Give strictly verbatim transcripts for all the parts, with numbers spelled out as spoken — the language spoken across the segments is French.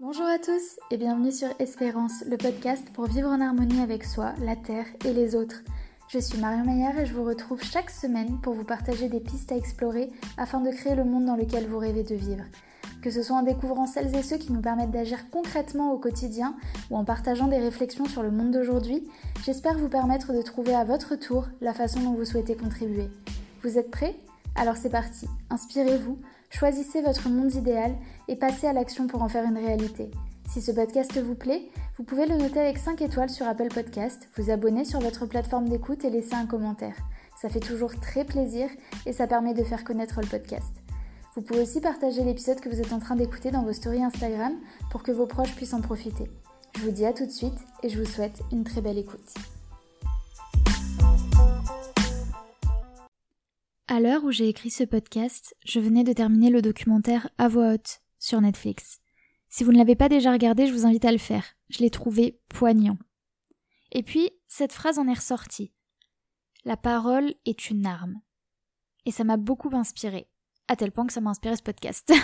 Bonjour à tous et bienvenue sur Espérance, le podcast pour vivre en harmonie avec soi, la Terre et les autres. Je suis Marion Maillard et je vous retrouve chaque semaine pour vous partager des pistes à explorer afin de créer le monde dans lequel vous rêvez de vivre. Que ce soit en découvrant celles et ceux qui nous permettent d'agir concrètement au quotidien ou en partageant des réflexions sur le monde d'aujourd'hui, j'espère vous permettre de trouver à votre tour la façon dont vous souhaitez contribuer. Vous êtes prêts ? Alors c'est parti, inspirez-vous, choisissez votre monde idéal et passez à l'action pour en faire une réalité. Si ce podcast vous plaît, vous pouvez le noter avec cinq étoiles sur Apple Podcast, vous abonner sur votre plateforme d'écoute et laisser un commentaire. Ça fait toujours très plaisir et ça permet de faire connaître le podcast. Vous pouvez aussi partager l'épisode que vous êtes en train d'écouter dans vos stories Instagram pour que vos proches puissent en profiter. Je vous dis à tout de suite et je vous souhaite une très belle écoute. À l'heure où j'ai écrit ce podcast, je venais de terminer le documentaire À voix haute sur Netflix. Si vous ne l'avez pas déjà regardé, je vous invite à le faire. Je l'ai trouvé poignant. Et puis, cette phrase en est ressortie. La parole est une arme. Et ça m'a beaucoup inspirée. À tel point que ça m'a inspiré ce podcast.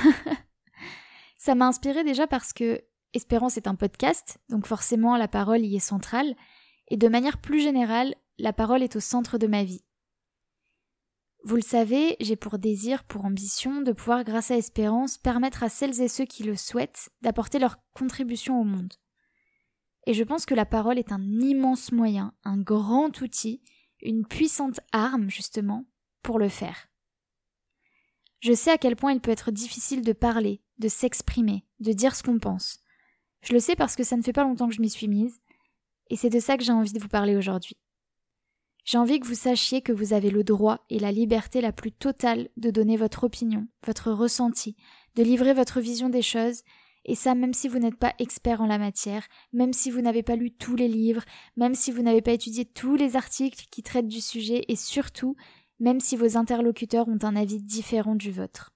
Ça m'a inspiré déjà parce que Espérance est un podcast, donc forcément la parole y est centrale, et de manière plus générale, la parole est au centre de ma vie. Vous le savez, j'ai pour désir, pour ambition, de pouvoir, grâce à Espérance, permettre à celles et ceux qui le souhaitent d'apporter leur contribution au monde. Et je pense que la parole est un immense moyen, un grand outil, une puissante arme, justement, pour le faire. Je sais à quel point il peut être difficile de parler, de s'exprimer, de dire ce qu'on pense. Je le sais parce que ça ne fait pas longtemps que je m'y suis mise, et c'est de ça que j'ai envie de vous parler aujourd'hui. J'ai envie que vous sachiez que vous avez le droit et la liberté la plus totale de donner votre opinion, votre ressenti, de livrer votre vision des choses, et ça même si vous n'êtes pas expert en la matière, même si vous n'avez pas lu tous les livres, même si vous n'avez pas étudié tous les articles qui traitent du sujet, et surtout, même si vos interlocuteurs ont un avis différent du vôtre.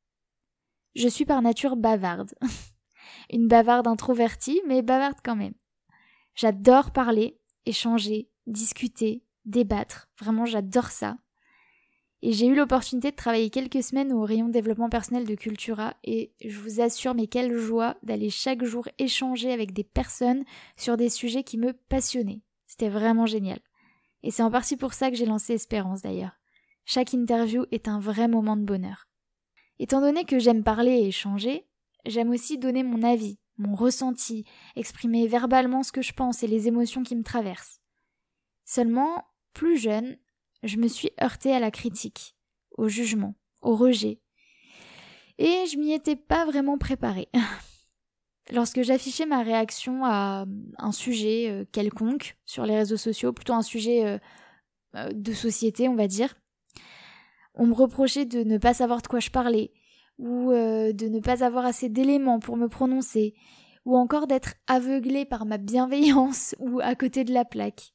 Je suis par nature bavarde. Une bavarde introvertie, mais bavarde quand même. J'adore parler, échanger, discuter, débattre. Vraiment, j'adore ça. Et j'ai eu l'opportunité de travailler quelques semaines au rayon développement personnel de Cultura et je vous assure, mais quelle joie d'aller chaque jour échanger avec des personnes sur des sujets qui me passionnaient. C'était vraiment génial. Et c'est en partie pour ça que j'ai lancé Espérance d'ailleurs. Chaque interview est un vrai moment de bonheur. Étant donné que j'aime parler et échanger, j'aime aussi donner mon avis, mon ressenti, exprimer verbalement ce que je pense et les émotions qui me traversent. Seulement, plus jeune, je me suis heurtée à la critique, au jugement, au rejet. Et je m'y étais pas vraiment préparée. Lorsque j'affichais ma réaction à un sujet euh, quelconque sur les réseaux sociaux, plutôt un sujet euh, euh, de société, on va dire, on me reprochait de ne pas savoir de quoi je parlais, ou euh, de ne pas avoir assez d'éléments pour me prononcer, ou encore d'être aveuglée par ma bienveillance ou à côté de la plaque.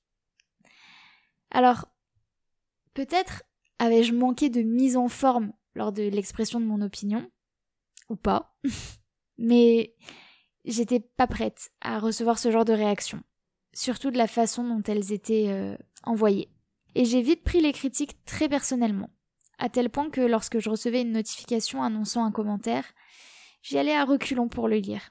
Alors, peut-être avais-je manqué de mise en forme lors de l'expression de mon opinion, ou pas, mais j'étais pas prête à recevoir ce genre de réaction, surtout de la façon dont elles étaient euh, envoyées. Et j'ai vite pris les critiques très personnellement, à tel point que lorsque je recevais une notification annonçant un commentaire, j'y allais à reculons pour le lire.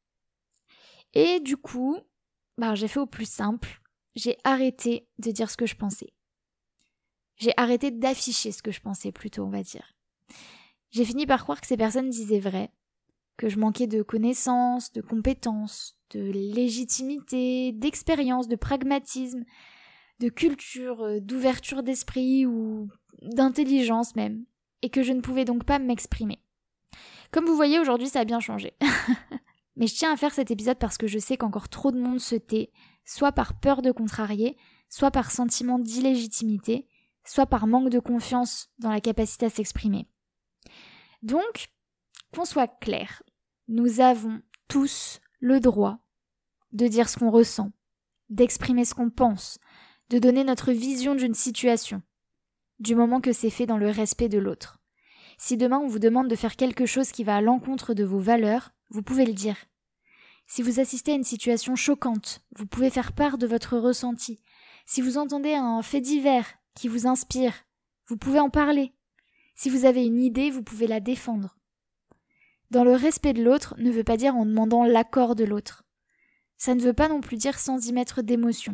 Et du coup, bah, j'ai fait au plus simple, j'ai arrêté de dire ce que je pensais. J'ai arrêté d'afficher ce que je pensais plutôt, on va dire. J'ai fini par croire que ces personnes disaient vrai, que je manquais de connaissances, de compétences, de légitimité, d'expérience, de pragmatisme, de culture, d'ouverture d'esprit ou d'intelligence même, et que je ne pouvais donc pas m'exprimer. Comme vous voyez, aujourd'hui ça a bien changé. Mais je tiens à faire cet épisode parce que je sais qu'encore trop de monde se tait, soit par peur de contrarier, soit par sentiment d'illégitimité, soit par manque de confiance dans la capacité à s'exprimer. Donc, qu'on soit clair, nous avons tous le droit de dire ce qu'on ressent, d'exprimer ce qu'on pense, de donner notre vision d'une situation, du moment que c'est fait dans le respect de l'autre. Si demain on vous demande de faire quelque chose qui va à l'encontre de vos valeurs, vous pouvez le dire. Si vous assistez à une situation choquante, vous pouvez faire part de votre ressenti. Si vous entendez un fait divers qui vous inspire, vous pouvez en parler. Si vous avez une idée, vous pouvez la défendre. dans le respect de l'autre ne veut pas dire en demandant l'accord de l'autre. Ça ne veut pas non plus dire sans y mettre d'émotion.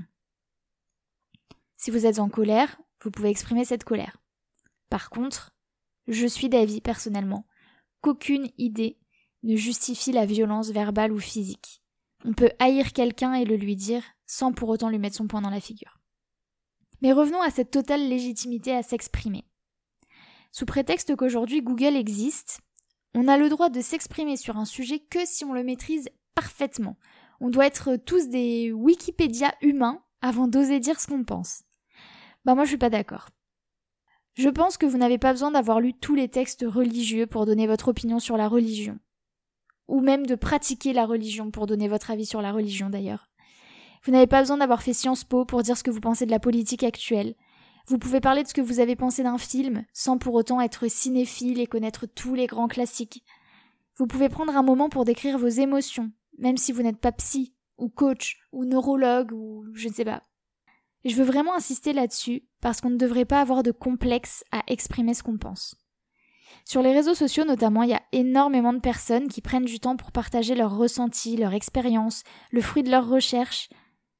Si vous êtes en colère, vous pouvez exprimer cette colère. Par contre, je suis d'avis personnellement qu'aucune idée ne justifie la violence verbale ou physique. On peut haïr quelqu'un et le lui dire sans pour autant lui mettre son poing dans la figure. Mais revenons à cette totale légitimité à s'exprimer. Sous prétexte qu'aujourd'hui Google existe, on a le droit de s'exprimer sur un sujet que si on le maîtrise parfaitement. On doit être tous des Wikipédia humains avant d'oser dire ce qu'on pense. Bah moi je suis pas d'accord. Je pense que vous n'avez pas besoin d'avoir lu tous les textes religieux pour donner votre opinion sur la religion. Ou même de pratiquer la religion pour donner votre avis sur la religion d'ailleurs. Vous n'avez pas besoin d'avoir fait Sciences Po pour dire ce que vous pensez de la politique actuelle. Vous pouvez parler de ce que vous avez pensé d'un film, sans pour autant être cinéphile et connaître tous les grands classiques. Vous pouvez prendre un moment pour décrire vos émotions, même si vous n'êtes pas psy, ou coach, ou neurologue, ou je ne sais pas. Je veux vraiment insister là-dessus, parce qu'on ne devrait pas avoir de complexe à exprimer ce qu'on pense. Sur les réseaux sociaux notamment, il y a énormément de personnes qui prennent du temps pour partager leurs ressentis, leurs expériences, le fruit de leurs recherches.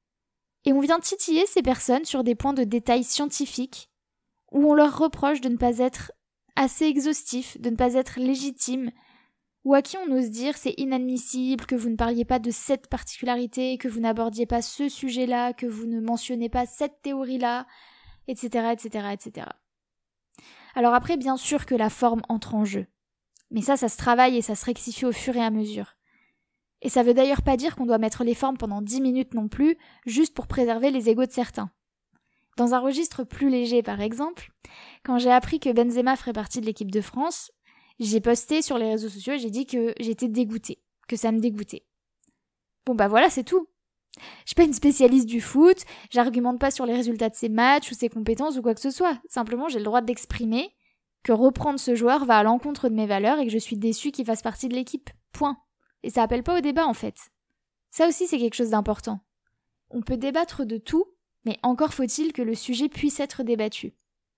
Et on vient titiller ces personnes sur des points de détail scientifiques, où on leur reproche de ne pas être assez exhaustif, de ne pas être légitime, ou à qui on ose dire c'est inadmissible, que vous ne parliez pas de cette particularité, que vous n'abordiez pas ce sujet-là, que vous ne mentionnez pas cette théorie-là, et cetera, et cetera, et cetera. Alors après, bien sûr que la forme entre en jeu. Mais ça, ça se travaille et ça se rectifie au fur et à mesure. Et ça veut d'ailleurs pas dire qu'on doit mettre les formes pendant dix minutes non plus, juste pour préserver les égos de certains. Dans un registre plus léger par exemple, quand j'ai appris que Benzema ferait partie de l'équipe de France, j'ai posté sur les réseaux sociaux et j'ai dit que j'étais dégoûtée, que ça me dégoûtait. Bon bah voilà, c'est tout. Je suis pas une spécialiste du foot, j'argumente pas sur les résultats de ses matchs ou ses compétences ou quoi que ce soit. Simplement, j'ai le droit d'exprimer que reprendre ce joueur va à l'encontre de mes valeurs et que je suis déçue qu'il fasse partie de l'équipe. Point. Et ça appelle pas au débat en fait. Ça aussi, c'est quelque chose d'important. On peut débattre de tout, mais encore faut-il que le sujet puisse être débattu.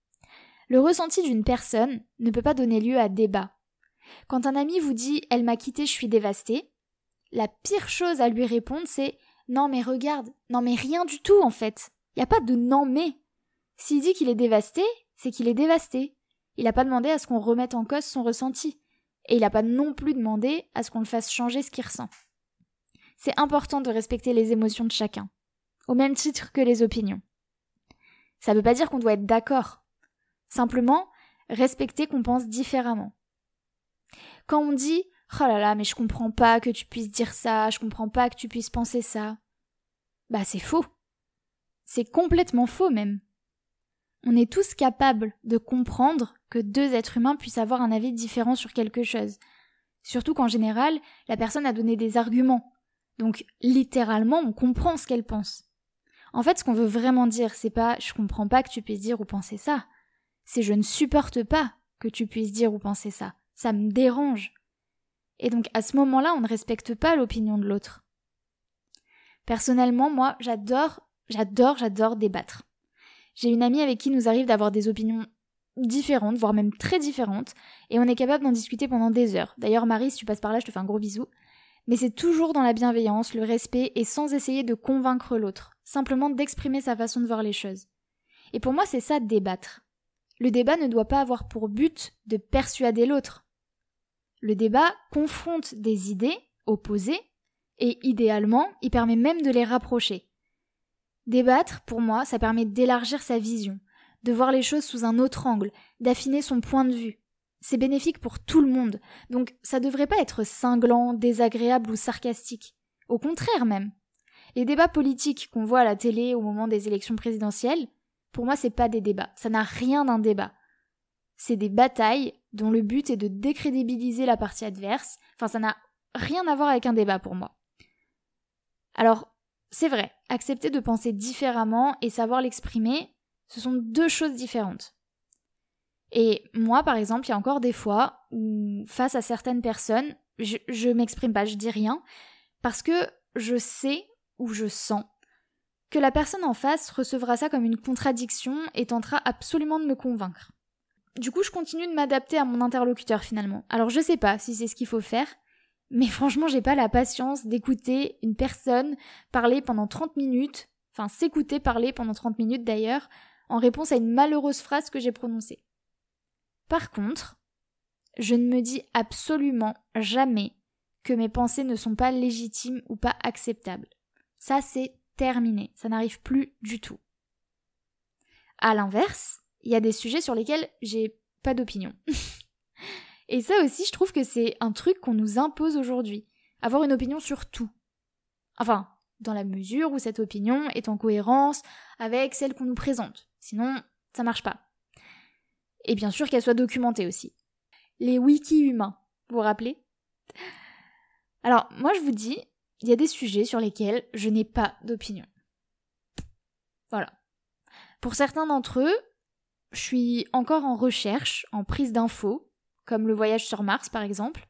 Le ressenti d'une personne ne peut pas donner lieu à débat. Quand un ami vous dit « elle m'a quitté, je suis dévastée », la pire chose à lui répondre c'est « non mais regarde, non mais rien du tout en fait, il n'y a pas de non mais ». S'il dit qu'il est dévasté, c'est qu'il est dévasté. Il n'a pas demandé à ce qu'on remette en cause son ressenti. Et il n'a pas non plus demandé à ce qu'on le fasse changer ce qu'il ressent. C'est important de respecter les émotions de chacun, au même titre que les opinions. Ça ne veut pas dire qu'on doit être d'accord. Simplement, respecter qu'on pense différemment. Quand on dit « oh là là, mais je comprends pas que tu puisses dire ça, je comprends pas que tu puisses penser ça », bah c'est faux. C'est complètement faux même. On est tous capables de comprendre que deux êtres humains puissent avoir un avis différent sur quelque chose. Surtout qu'en général, la personne a donné des arguments. Donc, littéralement, on comprend ce qu'elle pense. En fait, ce qu'on veut vraiment dire, c'est pas « je comprends pas que tu puisses dire ou penser ça ». C'est « je ne supporte pas que tu puisses dire ou penser ça ». Ça me dérange. Et donc, à ce moment-là, on ne respecte pas l'opinion de l'autre. Personnellement, moi, j'adore, j'adore, j'adore débattre. J'ai une amie avec qui nous arrive d'avoir des opinions différentes, voire même très différentes, et on est capable d'en discuter pendant des heures. D'ailleurs, Marie, si tu passes par là, je te fais un gros bisou. Mais c'est toujours dans la bienveillance, le respect, et sans essayer de convaincre l'autre, simplement d'exprimer sa façon de voir les choses. Et pour moi, c'est ça, débattre. Le débat ne doit pas avoir pour but de persuader l'autre. Le débat confronte des idées opposées, et idéalement, il permet même de les rapprocher. Débattre, pour moi, ça permet d'élargir sa vision, de voir les choses sous un autre angle, d'affiner son point de vue. C'est bénéfique pour tout le monde, donc ça devrait pas être cinglant, désagréable ou sarcastique. Au contraire même. Les débats politiques qu'on voit à la télé au moment des élections présidentielles, pour moi c'est pas des débats, ça n'a rien d'un débat. C'est des batailles dont le but est de décrédibiliser la partie adverse, enfin ça n'a rien à voir avec un débat pour moi. Alors, c'est vrai, accepter de penser différemment et savoir l'exprimer, ce sont deux choses différentes. Et moi, par exemple, il y a encore des fois où, face à certaines personnes, je, je m'exprime pas, je dis rien, parce que je sais ou je sens que la personne en face recevra ça comme une contradiction et tentera absolument de me convaincre. Du coup, je continue de m'adapter à mon interlocuteur finalement. Alors je sais pas si c'est ce qu'il faut faire, Mais franchement, j'ai pas la patience d'écouter une personne parler pendant trente minutes, enfin s'écouter parler pendant trente minutes d'ailleurs, en réponse à une malheureuse phrase que j'ai prononcée. Par contre, je ne me dis absolument jamais que mes pensées ne sont pas légitimes ou pas acceptables. Ça, c'est terminé. Ça n'arrive plus du tout. À l'inverse, il y a des sujets sur lesquels j'ai pas d'opinion. Et ça aussi, je trouve que c'est un truc qu'on nous impose aujourd'hui. Avoir une opinion sur tout. Enfin, dans la mesure où cette opinion est en cohérence avec celle qu'on nous présente. Sinon, ça marche pas. Et bien sûr qu'elle soit documentée aussi. Les wikis humains, vous vous rappelez ? Alors, moi je vous dis, il y a des sujets sur lesquels je n'ai pas d'opinion. Voilà. Pour certains d'entre eux, je suis encore en recherche, en prise d'infos, comme le voyage sur Mars par exemple.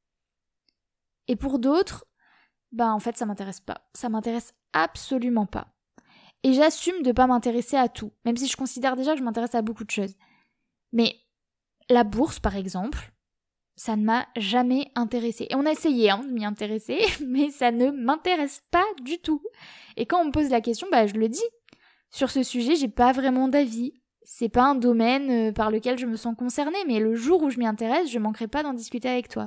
Et pour d'autres, bah en fait ça m'intéresse pas. Ça m'intéresse absolument pas. Et j'assume de pas m'intéresser à tout, même si je considère déjà que je m'intéresse à beaucoup de choses. Mais la bourse par exemple, ça ne m'a jamais intéressée. Et on a essayé hein, de m'y intéresser, mais ça ne m'intéresse pas du tout. Et quand on me pose la question, bah je le dis. Sur ce sujet, j'ai pas vraiment d'avis. C'est pas un domaine par lequel je me sens concernée, mais le jour où je m'y intéresse, je manquerai pas d'en discuter avec toi.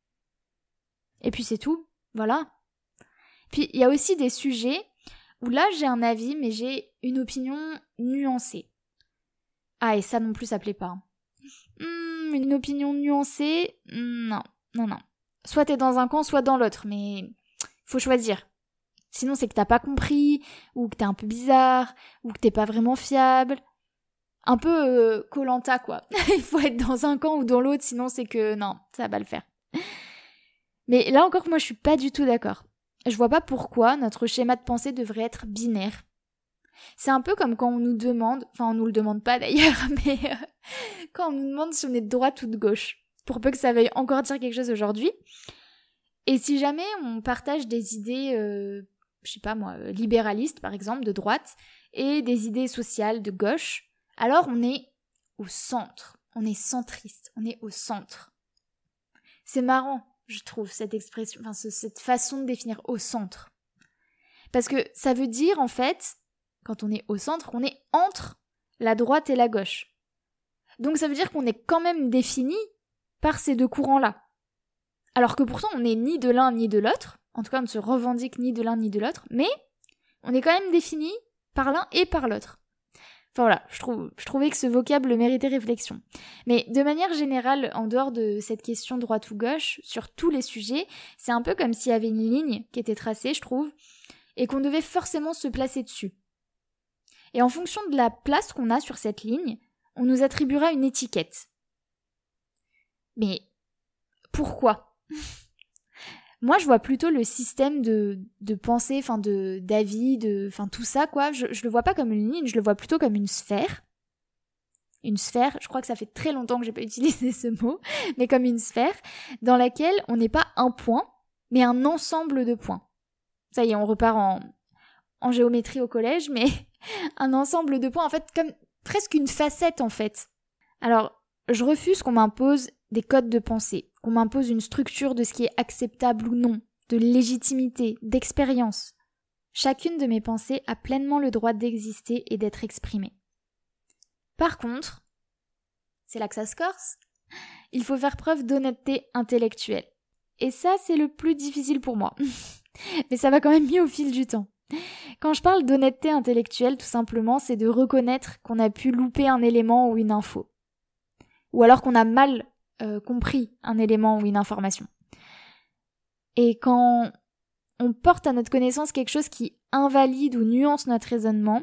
Et puis c'est tout, voilà. Puis il y a aussi des sujets où là j'ai un avis, mais j'ai une opinion nuancée. Ah, et ça non plus ça plaît pas. Hum, une opinion nuancée, non, non, non. Soit t'es dans un camp, soit dans l'autre, mais faut choisir. Sinon c'est que t'as pas compris, ou que t'es un peu bizarre, ou que t'es pas vraiment fiable. Un peu Koh-Lanta, quoi. Il faut être dans un camp ou dans l'autre, sinon c'est que non, ça va pas le faire. Mais là encore, moi je suis pas du tout d'accord. Je vois pas pourquoi notre schéma de pensée devrait être binaire. C'est un peu comme quand on nous demande, enfin on nous le demande pas d'ailleurs, mais euh, quand on nous demande si on est de droite ou de gauche, pour peu que ça veuille encore dire quelque chose aujourd'hui. Et si jamais on partage des idées, euh, je sais pas moi, libéralistes par exemple, de droite, et des idées sociales de gauche, alors on est au centre, on est centriste, on est au centre. C'est marrant, je trouve, cette expression, enfin cette façon de définir au centre. Parce que ça veut dire en fait, quand on est au centre, on est entre la droite et la gauche. Donc ça veut dire qu'on est quand même défini par ces deux courants-là. Alors que pourtant on n'est ni de l'un ni de l'autre, en tout cas on ne se revendique ni de l'un ni de l'autre, mais on est quand même défini par l'un et par l'autre. Enfin voilà, je, trouve, je trouvais que ce vocable méritait réflexion. Mais de manière générale, en dehors de cette question droite ou gauche, sur tous les sujets, c'est un peu comme s'il y avait une ligne qui était tracée, je trouve, et qu'on devait forcément se placer dessus. Et en fonction de la place qu'on a sur cette ligne, on nous attribuera une étiquette. Mais pourquoi ? Moi, je vois plutôt le système de, de pensée, enfin de d'avis, de, enfin tout ça, quoi. Je, je le vois pas comme une ligne, je le vois plutôt comme une sphère. Une sphère, je crois que ça fait très longtemps que j'ai pas utilisé ce mot, mais comme une sphère, dans laquelle on n'est pas un point, mais un ensemble de points. Ça y est, on repart en, en géométrie au collège, mais un ensemble de points, en fait, comme presque une facette, en fait. Alors, je refuse qu'on m'impose des codes de pensée, qu'on m'impose une structure de ce qui est acceptable ou non, de légitimité, d'expérience. Chacune de mes pensées a pleinement le droit d'exister et d'être exprimée. Par contre, c'est là que ça se corse, il faut faire preuve d'honnêteté intellectuelle. Et ça, c'est le plus difficile pour moi. Mais ça va quand même mieux au fil du temps. Quand je parle d'honnêteté intellectuelle, tout simplement, c'est de reconnaître qu'on a pu louper un élément ou une info. Ou alors qu'on a mal euh, compris un élément ou une information. Et quand on porte à notre connaissance quelque chose qui invalide ou nuance notre raisonnement,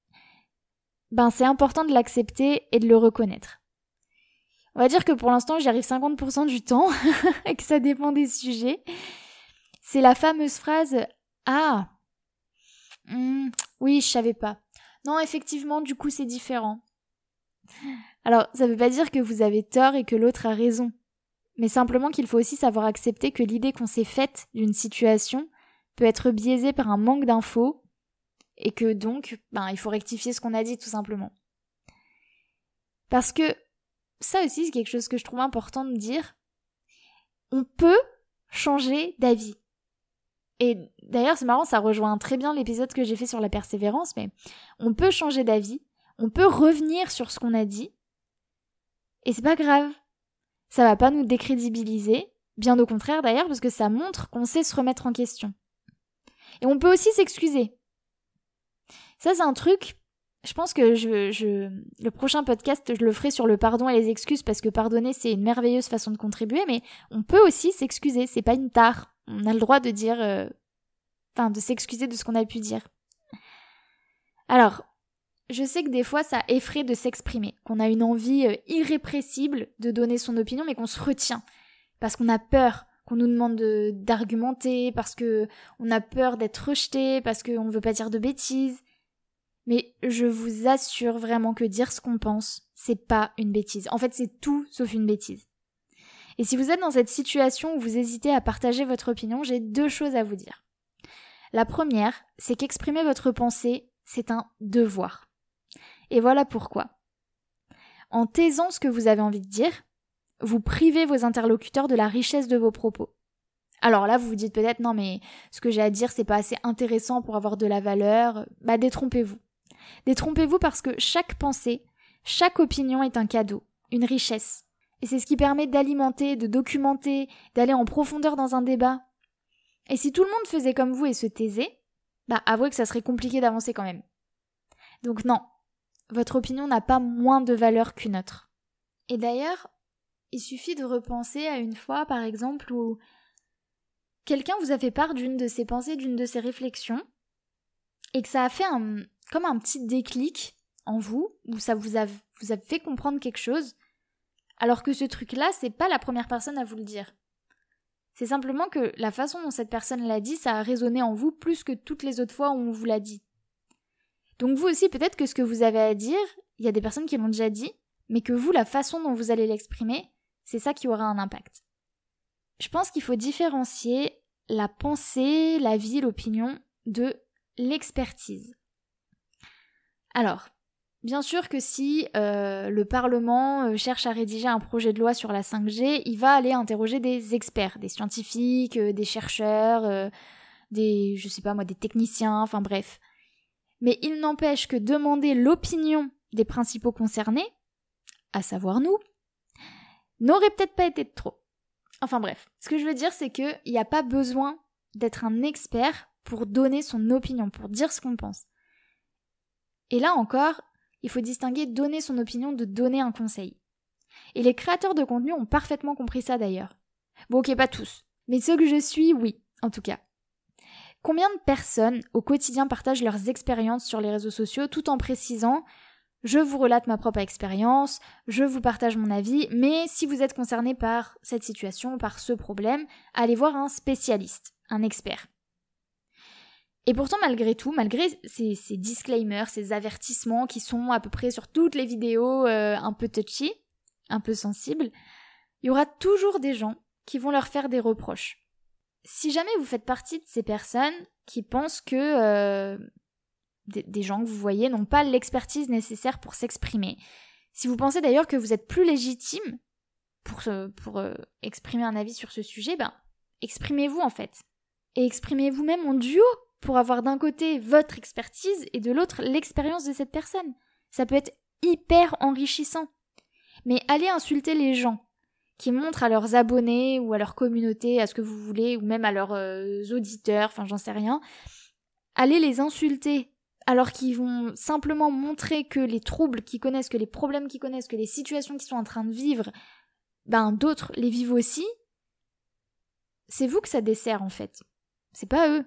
ben c'est important de l'accepter et de le reconnaître. On va dire que pour l'instant, j'y arrive cinquante pour cent du temps, et que ça dépend des sujets. C'est la fameuse phrase « Ah, hmm, oui, je savais pas. Non, effectivement, du coup, c'est différent. » Alors, ça veut pas dire que vous avez tort et que l'autre a raison, mais simplement qu'il faut aussi savoir accepter que l'idée qu'on s'est faite d'une situation peut être biaisée par un manque d'infos, et que donc, ben, il faut rectifier ce qu'on a dit, tout simplement. Parce que, ça aussi, c'est quelque chose que je trouve important de dire. On peut changer d'avis. Et d'ailleurs, c'est marrant, ça rejoint très bien l'épisode que j'ai fait sur la persévérance, mais on peut changer d'avis, on peut revenir sur ce qu'on a dit, et c'est pas grave. Ça va pas nous décrédibiliser, bien au contraire d'ailleurs, parce que ça montre qu'on sait se remettre en question. Et on peut aussi s'excuser. Ça, c'est un truc, je pense que je, je, le prochain podcast, je le ferai sur le pardon et les excuses, parce que pardonner, c'est une merveilleuse façon de contribuer, mais on peut aussi s'excuser, c'est pas une tare. On a le droit de dire, euh, enfin, de s'excuser de ce qu'on a pu dire. Alors, je sais que des fois, ça effraie de s'exprimer, qu'on a une envie euh, irrépressible de donner son opinion, mais qu'on se retient, parce qu'on a peur qu'on nous demande de, d'argumenter, parce que on a peur d'être rejeté, parce qu'on ne veut pas dire de bêtises. Mais je vous assure vraiment que dire ce qu'on pense, c'est pas une bêtise. En fait, c'est tout sauf une bêtise. Et si vous êtes dans cette situation où vous hésitez à partager votre opinion, j'ai deux choses à vous dire. La première, c'est qu'exprimer votre pensée, c'est un devoir. Et voilà pourquoi. En taisant ce que vous avez envie de dire, vous privez vos interlocuteurs de la richesse de vos propos. Alors là, vous vous dites peut-être, non mais ce que j'ai à dire, c'est pas assez intéressant pour avoir de la valeur. Bah détrompez-vous. Détrompez-vous parce que chaque pensée, chaque opinion est un cadeau, une richesse. Et c'est ce qui permet d'alimenter, de documenter, d'aller en profondeur dans un débat. Et si tout le monde faisait comme vous et se taisait, bah avouez que ça serait compliqué d'avancer quand même. Donc non, votre opinion n'a pas moins de valeur qu'une autre. Et d'ailleurs, il suffit de repenser à une fois, par exemple, où quelqu'un vous a fait part d'une de ses pensées, d'une de ses réflexions, et que ça a fait un, comme un petit déclic en vous, où ça vous a, vous a fait comprendre quelque chose, alors que ce truc-là, c'est pas la première personne à vous le dire. C'est simplement que la façon dont cette personne l'a dit, ça a résonné en vous plus que toutes les autres fois où on vous l'a dit. Donc vous aussi, peut-être que ce que vous avez à dire, il y a des personnes qui l'ont déjà dit, mais que vous, la façon dont vous allez l'exprimer, c'est ça qui aura un impact. Je pense qu'il faut différencier la pensée, la vie, l'opinion de l'expertise. Alors, bien sûr que si euh, le Parlement euh, cherche à rédiger un projet de loi sur la cinq G, il va aller interroger des experts, des scientifiques, euh, des chercheurs, euh, des, je sais pas moi, des techniciens, enfin bref. Mais il n'empêche que demander l'opinion des principaux concernés, à savoir nous, n'aurait peut-être pas été de trop. Enfin bref, ce que je veux dire, c'est qu'il n'y a pas besoin d'être un expert pour donner son opinion, pour dire ce qu'on pense. Et là encore, il faut distinguer donner son opinion de donner un conseil. Et les créateurs de contenu ont parfaitement compris ça d'ailleurs. Bon ok, pas tous, mais ceux que je suis, oui, en tout cas. Combien de personnes au quotidien partagent leurs expériences sur les réseaux sociaux tout en précisant « Je vous relate ma propre expérience, je vous partage mon avis, mais si vous êtes concerné par cette situation, par ce problème, allez voir un spécialiste, un expert. » Et pourtant, malgré tout, malgré ces, ces disclaimers, ces avertissements qui sont à peu près sur toutes les vidéos euh, un peu touchy, un peu sensibles, il y aura toujours des gens qui vont leur faire des reproches. Si jamais vous faites partie de ces personnes qui pensent que euh, des, des gens que vous voyez n'ont pas l'expertise nécessaire pour s'exprimer, si vous pensez d'ailleurs que vous êtes plus légitime pour, pour euh, exprimer un avis sur ce sujet, ben exprimez-vous en fait. Et exprimez-vous même en duo pour avoir d'un côté votre expertise et de l'autre l'expérience de cette personne. Ça peut être hyper enrichissant. Mais allez insulter les gens qui montrent à leurs abonnés ou à leur communauté, à ce que vous voulez, ou même à leurs euh, auditeurs, enfin j'en sais rien, allez les insulter alors qu'ils vont simplement montrer que les troubles qu'ils connaissent, que les problèmes qu'ils connaissent, que les situations qu'ils sont en train de vivre, ben d'autres les vivent aussi, c'est vous que ça dessert en fait. C'est pas eux.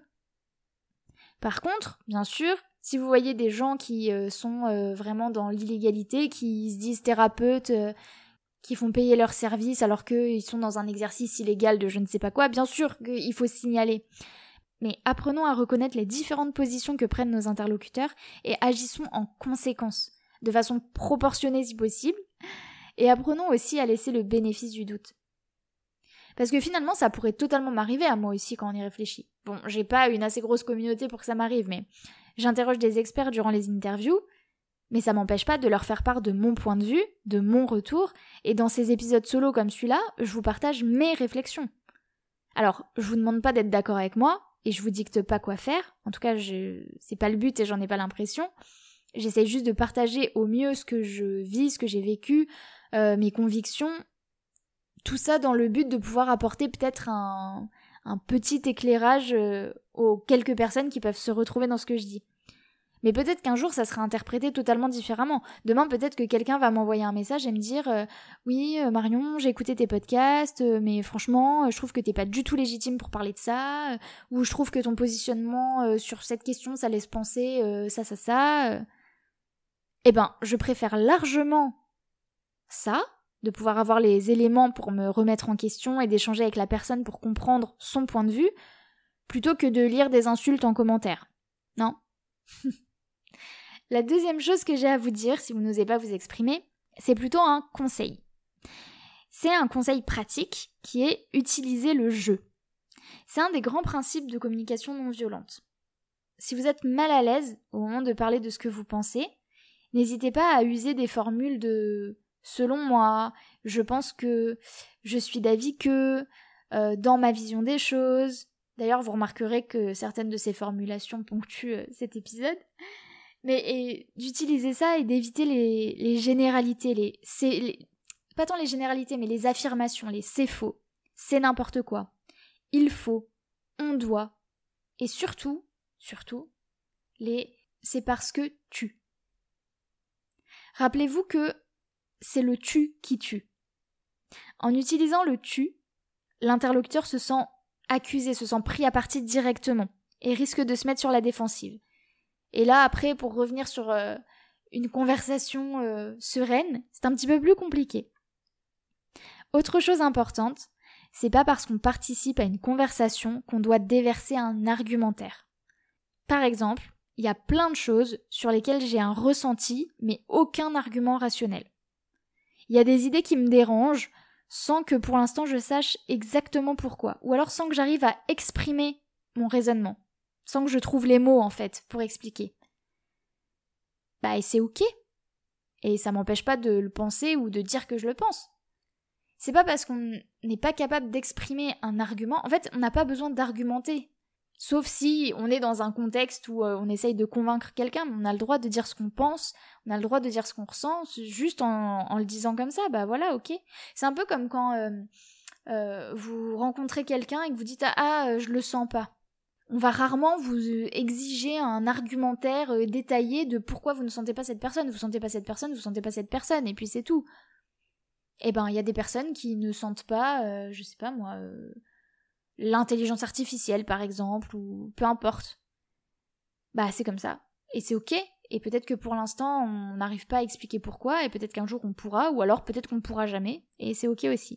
Par contre, bien sûr, si vous voyez des gens qui euh, sont euh, vraiment dans l'illégalité, qui se disent thérapeutes, euh, qui font payer leurs services alors qu'ils sont dans un exercice illégal de je ne sais pas quoi, bien sûr qu'il faut signaler. Mais apprenons à reconnaître les différentes positions que prennent nos interlocuteurs et agissons en conséquence, de façon proportionnée si possible, et apprenons aussi à laisser le bénéfice du doute. Parce que finalement, ça pourrait totalement m'arriver à moi aussi quand on y réfléchit. Bon, j'ai pas une assez grosse communauté pour que ça m'arrive, mais j'interroge des experts durant les interviews, mais ça m'empêche pas de leur faire part de mon point de vue, de mon retour, et dans ces épisodes solo comme celui-là, je vous partage mes réflexions. Alors, je vous demande pas d'être d'accord avec moi, et je vous dicte pas quoi faire. En tout cas, je... c'est pas le but et j'en ai pas l'impression. J'essaie juste de partager au mieux ce que je vis, ce que j'ai vécu, euh, mes convictions. Tout ça dans le but de pouvoir apporter peut-être un, un petit éclairage euh, aux quelques personnes qui peuvent se retrouver dans ce que je dis. Mais peut-être qu'un jour, ça sera interprété totalement différemment. Demain, peut-être que quelqu'un va m'envoyer un message et me dire euh, « Oui, euh, Marion, j'ai écouté tes podcasts, euh, mais franchement, euh, je trouve que t'es pas du tout légitime pour parler de ça, euh, ou je trouve que ton positionnement euh, sur cette question, ça laisse penser euh, ça, ça, ça. Euh. » Eh ben, je préfère largement ça, de pouvoir avoir les éléments pour me remettre en question et d'échanger avec la personne pour comprendre son point de vue, plutôt que de lire des insultes en commentaire. Non ? La deuxième chose que j'ai à vous dire, si vous n'osez pas vous exprimer, c'est plutôt un conseil. C'est un conseil pratique qui est utiliser le jeu. C'est un des grands principes de communication non violente. Si vous êtes mal à l'aise au moment de parler de ce que vous pensez, n'hésitez pas à user des formules de « selon moi »,« je pense que »,« je suis d'avis que euh, »,« dans ma vision des choses ». D'ailleurs, vous remarquerez que certaines de ces formulations ponctuent euh, cet épisode. Mais et, d'utiliser ça et d'éviter les, les généralités, les, c'est, les, pas tant les généralités, mais les affirmations, les c'est faux, c'est n'importe quoi, il faut, on doit, et surtout, surtout, les c'est parce que tu. Rappelez-vous que c'est le tu qui tue. En utilisant le tu, l'interlocuteur se sent accusé, se sent pris à partie directement et risque de se mettre sur la défensive. Et là, après, pour revenir sur euh, une conversation euh, sereine, c'est un petit peu plus compliqué. Autre chose importante, c'est pas parce qu'on participe à une conversation qu'on doit déverser un argumentaire. Par exemple, il y a plein de choses sur lesquelles j'ai un ressenti, mais aucun argument rationnel. Il y a des idées qui me dérangent, sans que pour l'instant je sache exactement pourquoi, ou alors sans que j'arrive à exprimer mon raisonnement. Sans que je trouve les mots, en fait, pour expliquer. Bah, et c'est ok. Et ça m'empêche pas de le penser ou de dire que je le pense. C'est pas parce qu'on n'est pas capable d'exprimer un argument... En fait, on n'a pas besoin d'argumenter. Sauf si on est dans un contexte où euh, on essaye de convaincre quelqu'un, mais on a le droit de dire ce qu'on pense, on a le droit de dire ce qu'on ressent, juste en, en le disant comme ça, bah voilà, ok. C'est un peu comme quand euh, euh, vous rencontrez quelqu'un et que vous dites « Ah, euh, je le sens pas ». On va rarement vous exiger un argumentaire détaillé de pourquoi vous ne sentez pas cette personne. Vous sentez pas cette personne, vous sentez pas cette personne, et puis c'est tout. Eh ben, il y a des personnes qui ne sentent pas, euh, je sais pas moi, euh, l'intelligence artificielle par exemple, ou peu importe. Bah, c'est comme ça. Et c'est ok. Et peut-être que pour l'instant, on n'arrive pas à expliquer pourquoi, et peut-être qu'un jour on pourra, ou alors peut-être qu'on ne pourra jamais, et c'est ok aussi.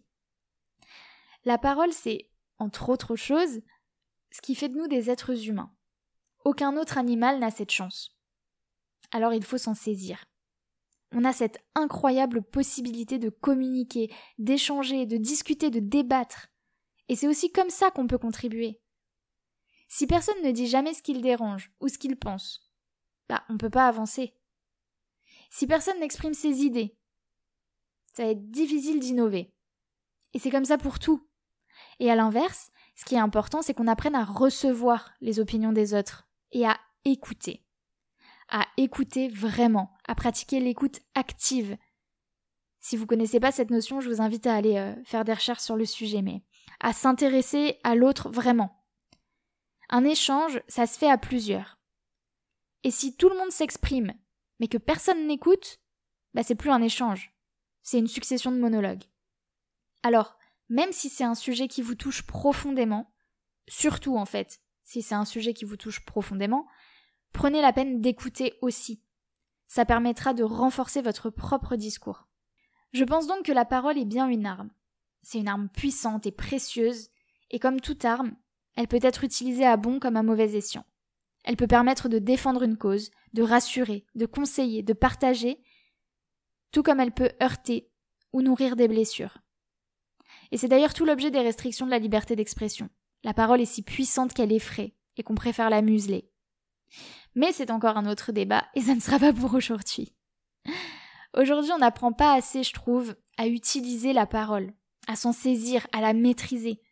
La parole, c'est, entre autres choses, ce qui fait de nous des êtres humains. Aucun autre animal n'a cette chance. Alors il faut s'en saisir. On a cette incroyable possibilité de communiquer, d'échanger, de discuter, de débattre. Et c'est aussi comme ça qu'on peut contribuer. Si personne ne dit jamais ce qu'il dérange ou ce qu'il pense, bah on peut pas avancer. Si personne n'exprime ses idées, ça va être difficile d'innover. Et c'est comme ça pour tout. Et à l'inverse, ce qui est important, c'est qu'on apprenne à recevoir les opinions des autres et à écouter. À écouter vraiment, à pratiquer l'écoute active. Si vous connaissez pas cette notion, je vous invite à aller euh, faire des recherches sur le sujet, mais à s'intéresser à l'autre vraiment. Un échange, ça se fait à plusieurs. Et si tout le monde s'exprime, mais que personne n'écoute, bah c'est plus un échange. C'est une succession de monologues. Alors, même si c'est un sujet qui vous touche profondément, surtout en fait, si c'est un sujet qui vous touche profondément, prenez la peine d'écouter aussi. Ça permettra de renforcer votre propre discours. Je pense donc que la parole est bien une arme. C'est une arme puissante et précieuse, et comme toute arme, elle peut être utilisée à bon comme à mauvais escient. Elle peut permettre de défendre une cause, de rassurer, de conseiller, de partager, tout comme elle peut heurter ou nourrir des blessures. Et c'est d'ailleurs tout l'objet des restrictions de la liberté d'expression. La parole est si puissante qu'elle effraie, et qu'on préfère la museler. Mais c'est encore un autre débat, et ça ne sera pas pour aujourd'hui. Aujourd'hui, on n'apprend pas assez, je trouve, à utiliser la parole, à s'en saisir, à la maîtriser.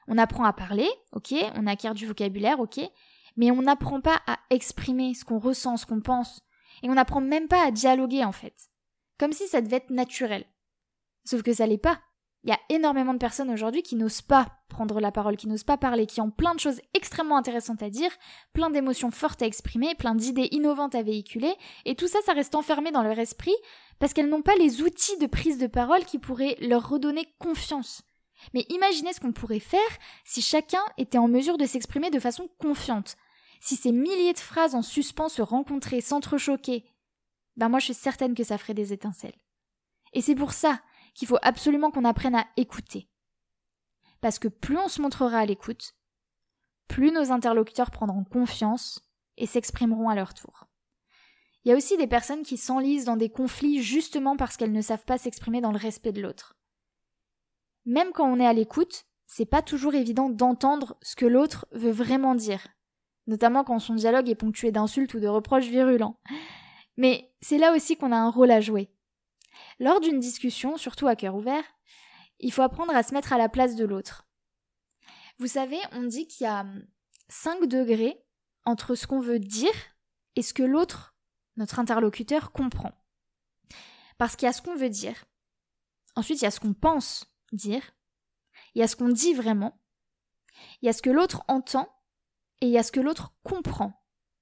On apprend à parler, ok, on acquiert du vocabulaire, ok, mais on n'apprend pas à exprimer ce qu'on ressent, ce qu'on pense, et on n'apprend même pas à dialoguer en fait, comme si ça devait être naturel. Sauf que ça l'est pas. Il y a énormément de personnes aujourd'hui qui n'osent pas prendre la parole, qui n'osent pas parler, qui ont plein de choses extrêmement intéressantes à dire, plein d'émotions fortes à exprimer, plein d'idées innovantes à véhiculer, et tout ça, ça reste enfermé dans leur esprit parce qu'elles n'ont pas les outils de prise de parole qui pourraient leur redonner confiance. Mais imaginez ce qu'on pourrait faire si chacun était en mesure de s'exprimer de façon confiante. Si ces milliers de phrases en suspens se rencontraient, s'entrechoquaient, ben moi je suis certaine que ça ferait des étincelles. Et c'est pour ça qu'il faut absolument qu'on apprenne à écouter. Parce que plus on se montrera à l'écoute, plus nos interlocuteurs prendront confiance et s'exprimeront à leur tour. Il y a aussi des personnes qui s'enlisent dans des conflits justement parce qu'elles ne savent pas s'exprimer dans le respect de l'autre. Même quand on est à l'écoute, c'est pas toujours évident d'entendre ce que l'autre veut vraiment dire, notamment quand son dialogue est ponctué d'insultes ou de reproches virulents. Mais c'est là aussi qu'on a un rôle à jouer. Lors d'une discussion, surtout à cœur ouvert, il faut apprendre à se mettre à la place de l'autre. Vous savez, on dit qu'il y a cinq degrés entre ce qu'on veut dire et ce que l'autre, notre interlocuteur, comprend. Parce qu'il y a ce qu'on veut dire, ensuite il y a ce qu'on pense dire, il y a ce qu'on dit vraiment, il y a ce que l'autre entend et il y a ce que l'autre comprend.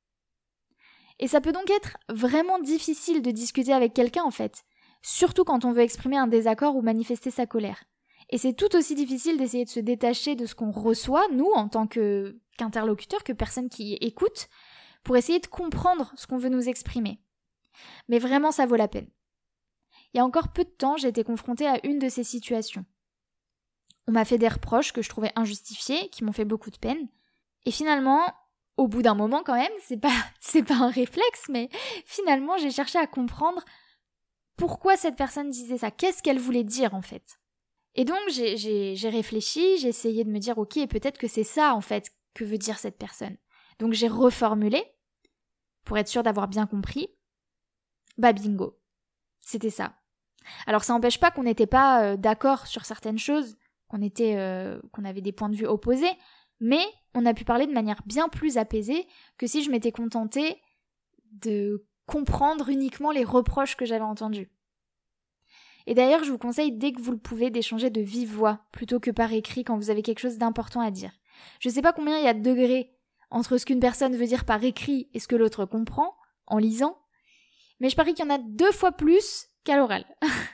Et ça peut donc être vraiment difficile de discuter avec quelqu'un en fait, surtout quand on veut exprimer un désaccord ou manifester sa colère. Et c'est tout aussi difficile d'essayer de se détacher de ce qu'on reçoit, nous, en tant que, qu'interlocuteur, que personne qui écoute, pour essayer de comprendre ce qu'on veut nous exprimer. Mais vraiment, ça vaut la peine. Il y a encore peu de temps, j'ai été confrontée à une de ces situations. On m'a fait des reproches que je trouvais injustifiés, qui m'ont fait beaucoup de peine. Et finalement, au bout d'un moment quand même, c'est pas, c'est pas un réflexe, mais finalement, j'ai cherché à comprendre pourquoi cette personne disait ça, qu'est-ce qu'elle voulait dire en fait. Et donc j'ai, j'ai, j'ai réfléchi, j'ai essayé de me dire ok, peut-être que c'est ça en fait que veut dire cette personne. Donc j'ai reformulé, pour être sûre d'avoir bien compris. Bah bingo, c'était ça. Alors ça n'empêche pas qu'on n'était pas euh, d'accord sur certaines choses, qu'on était, euh, qu'on avait des points de vue opposés, mais on a pu parler de manière bien plus apaisée que si je m'étais contentée de comprendre uniquement les reproches que j'avais entendus. Et d'ailleurs, je vous conseille dès que vous le pouvez d'échanger de vive voix plutôt que par écrit quand vous avez quelque chose d'important à dire. Je sais pas combien il y a de degrés entre ce qu'une personne veut dire par écrit et ce que l'autre comprend en lisant, mais je parie qu'il y en a deux fois plus qu'à l'oral.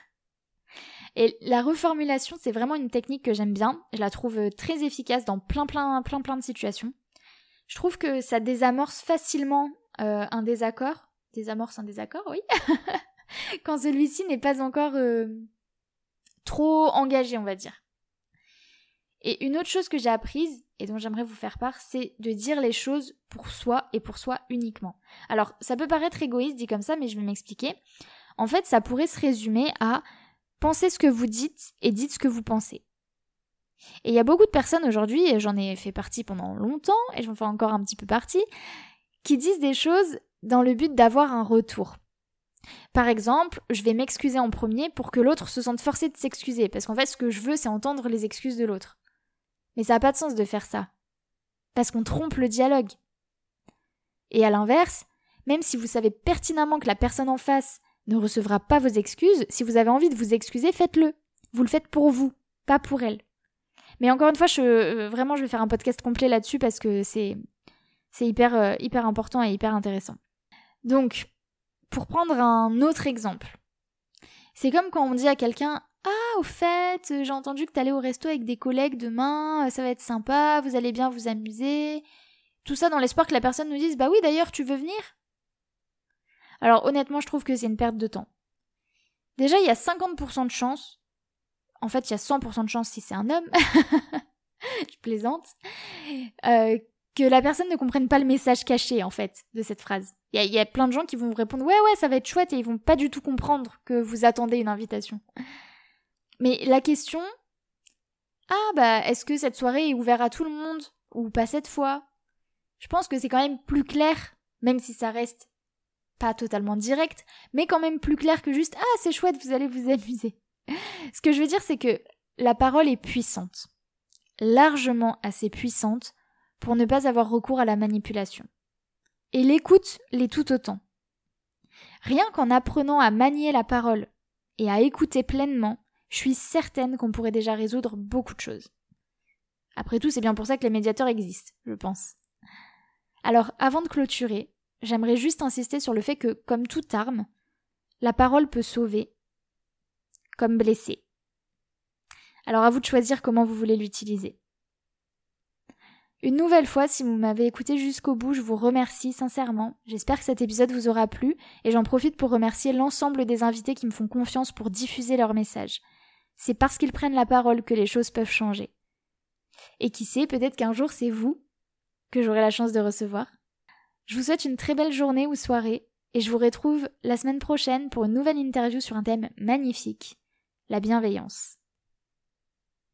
Et la reformulation, c'est vraiment une technique que j'aime bien, je la trouve très efficace dans plein plein plein plein de situations. Je trouve que ça désamorce facilement euh, un désaccord. Désamorce un désaccord, oui. Quand celui-ci n'est pas encore euh, trop engagé, on va dire. Et une autre chose que j'ai apprise, et dont j'aimerais vous faire part, c'est de dire les choses pour soi et pour soi uniquement. Alors, ça peut paraître égoïste dit comme ça, mais je vais m'expliquer. En fait, ça pourrait se résumer à pensez ce que vous dites et dites ce que vous pensez. Et il y a beaucoup de personnes aujourd'hui, et j'en ai fait partie pendant longtemps, et j'en fais encore un petit peu partie, qui disent des choses dans le but d'avoir un retour. Par exemple, je vais m'excuser en premier pour que l'autre se sente forcé de s'excuser, parce qu'en fait, ce que je veux, c'est entendre les excuses de l'autre. Mais ça n'a pas de sens de faire ça, parce qu'on trompe le dialogue. Et à l'inverse, même si vous savez pertinemment que la personne en face ne recevra pas vos excuses, si vous avez envie de vous excuser, faites-le. Vous le faites pour vous, pas pour elle. Mais encore une fois, je, euh, vraiment, je vais faire un podcast complet là-dessus parce que c'est, c'est hyper, euh, hyper important et hyper intéressant. Donc, pour prendre un autre exemple, c'est comme quand on dit à quelqu'un « Ah, au fait, j'ai entendu que t'allais au resto avec des collègues demain, ça va être sympa, vous allez bien vous amuser. » Tout ça dans l'espoir que la personne nous dise « Bah oui, d'ailleurs, tu veux venir ?» Alors honnêtement, je trouve que c'est une perte de temps. Déjà, il y a cinquante pour cent de chance, en fait, il y a cent pour cent de chance si c'est un homme, je plaisante, euh, que la personne ne comprenne pas le message caché, en fait, de cette phrase. Il y a, il y a plein de gens qui vont vous répondre « Ouais, ouais, ça va être chouette » et ils vont pas du tout comprendre que vous attendez une invitation. Mais la question « Ah, bah, est-ce que cette soirée est ouverte à tout le monde ?» ou pas cette fois ? Je pense que c'est quand même plus clair, même si ça reste pas totalement direct, mais quand même plus clair que juste « Ah, c'est chouette, vous allez vous amuser ». Ce que je veux dire, c'est que la parole est puissante. largement assez puissantes pour ne pas avoir recours à la manipulation. Et l'écoute l'est tout autant. Rien qu'en apprenant à manier la parole et à écouter pleinement, je suis certaine qu'on pourrait déjà résoudre beaucoup de choses. Après tout, c'est bien pour ça que les médiateurs existent, je pense. Alors, avant de clôturer, j'aimerais juste insister sur le fait que, comme toute arme, la parole peut sauver, comme blesser. Alors à vous de choisir comment vous voulez l'utiliser. Une nouvelle fois, si vous m'avez écouté jusqu'au bout, je vous remercie sincèrement. J'espère que cet épisode vous aura plu et j'en profite pour remercier l'ensemble des invités qui me font confiance pour diffuser leur message. C'est parce qu'ils prennent la parole que les choses peuvent changer. Et qui sait, peut-être qu'un jour c'est vous que j'aurai la chance de recevoir. Je vous souhaite une très belle journée ou soirée et je vous retrouve la semaine prochaine pour une nouvelle interview sur un thème magnifique, la bienveillance.